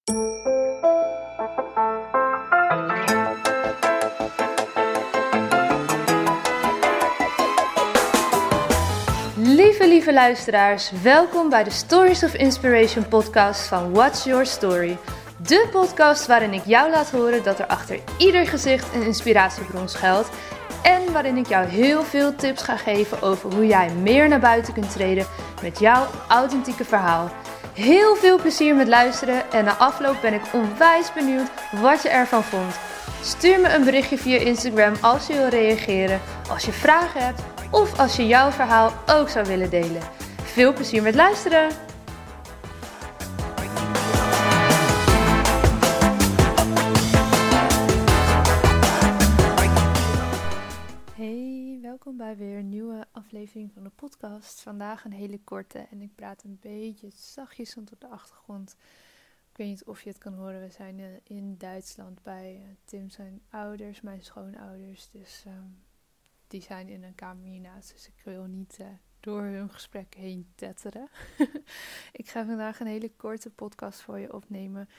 Lieve luisteraars, welkom bij de Stories of Inspiration podcast van What's Your Story. De podcast waarin ik jou laat horen dat er achter ieder gezicht een inspiratiebron schuilt. En waarin ik jou heel veel tips ga geven over hoe jij meer naar buiten kunt treden met jouw authentieke verhaal. Heel veel plezier met luisteren en na afloop ben ik onwijs benieuwd wat je ervan vond. Stuur me een berichtje via Instagram als je wil reageren, als je vragen hebt of als je jouw verhaal ook zou willen delen. Veel plezier met luisteren! Hey, welkom bij weer een nieuwe aflevering van de podcast. Vandaag een hele korte en ik praat een beetje zachtjes op de achtergrond. Ik weet niet of je het kan horen, we zijn in Duitsland bij Tim zijn ouders, mijn schoonouders. Dus die zijn in een kamer hiernaast, dus ik wil niet door hun gesprek heen tetteren. Ik ga vandaag een hele korte podcast voor je opnemen.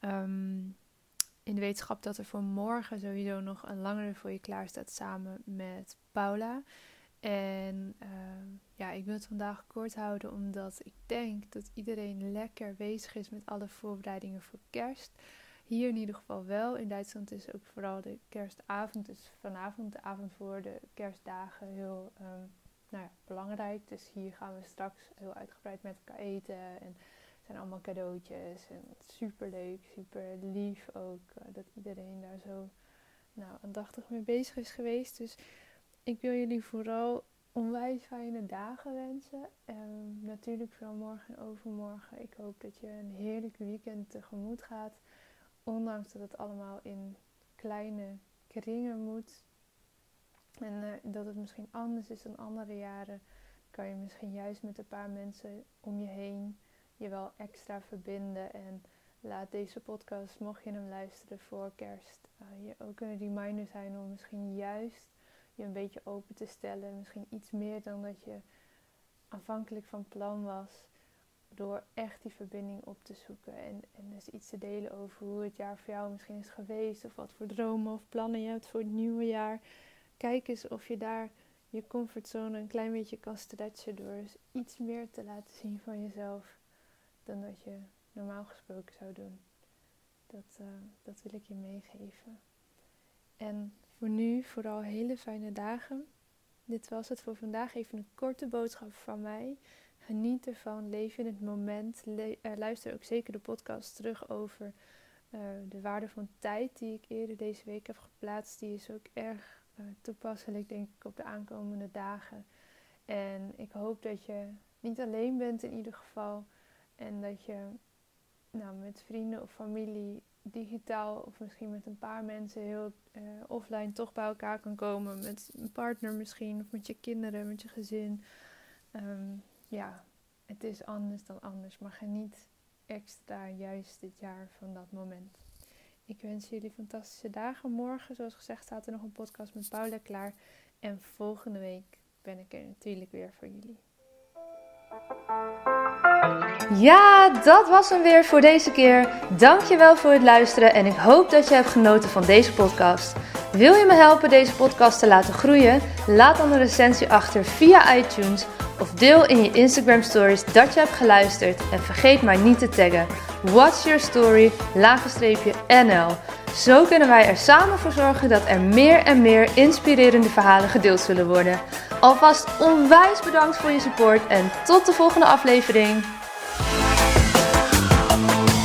In de wetenschap dat er voor morgen sowieso nog een langere voor je klaar staat samen met Paula. En ik wil het vandaag kort houden omdat ik denk dat iedereen lekker bezig is met alle voorbereidingen voor kerst. Hier in ieder geval wel. In Duitsland is ook vooral de kerstavond, dus vanavond de avond voor de kerstdagen heel belangrijk. Dus hier gaan we straks heel uitgebreid met elkaar eten en er zijn allemaal cadeautjes en super leuk, super lief ook dat iedereen daar zo aandachtig mee bezig is geweest. Dus ik wil jullie vooral onwijs fijne dagen wensen. Natuurlijk vooral morgen en overmorgen. Ik hoop dat je een heerlijk weekend tegemoet gaat. Ondanks dat het allemaal in kleine kringen moet. En dat het misschien anders is dan andere jaren. Kan je misschien juist met een paar mensen om je heen je wel extra verbinden. En laat deze podcast, mocht je hem luisteren voor kerst, je ook een reminder zijn om misschien juist je een beetje open te stellen. Misschien iets meer dan dat je aanvankelijk van plan was. Door echt die verbinding op te zoeken. En dus iets te delen over hoe het jaar voor jou misschien is geweest. Of wat voor dromen of plannen je hebt voor het nieuwe jaar. Kijk eens of je daar je comfortzone een klein beetje kan stretchen. Door eens iets meer te laten zien van jezelf. Dan dat je normaal gesproken zou doen. Dat wil ik je meegeven. En voor nu vooral hele fijne dagen. Dit was het voor vandaag. Even een korte boodschap van mij. Geniet ervan, leef in het moment. Luister ook zeker de podcast terug over de waarde van tijd die ik eerder deze week heb geplaatst. Die is ook erg toepasselijk, denk ik, op de aankomende dagen. En ik hoop dat je niet alleen bent in ieder geval. En dat je met vrienden of familie digitaal of misschien met een paar mensen heel offline toch bij elkaar kan komen. Met een partner misschien of met je kinderen, met je gezin. Het is anders dan anders, maar geniet extra juist dit jaar van dat moment. Ik wens jullie fantastische dagen. Morgen, zoals gezegd, staat er nog een podcast met Paula klaar. En volgende week ben ik er natuurlijk weer voor jullie. Ja, dat was hem weer voor deze keer. Dankjewel voor het luisteren en ik hoop dat je hebt genoten van deze podcast. Wil je me helpen deze podcast te laten groeien? Laat dan een recensie achter via iTunes of deel in je Instagram stories dat je hebt geluisterd en vergeet mij niet te taggen. What's Your Story, _NL. Zo kunnen wij er samen voor zorgen dat er meer en meer inspirerende verhalen gedeeld zullen worden. Alvast onwijs bedankt voor je support en tot de volgende aflevering.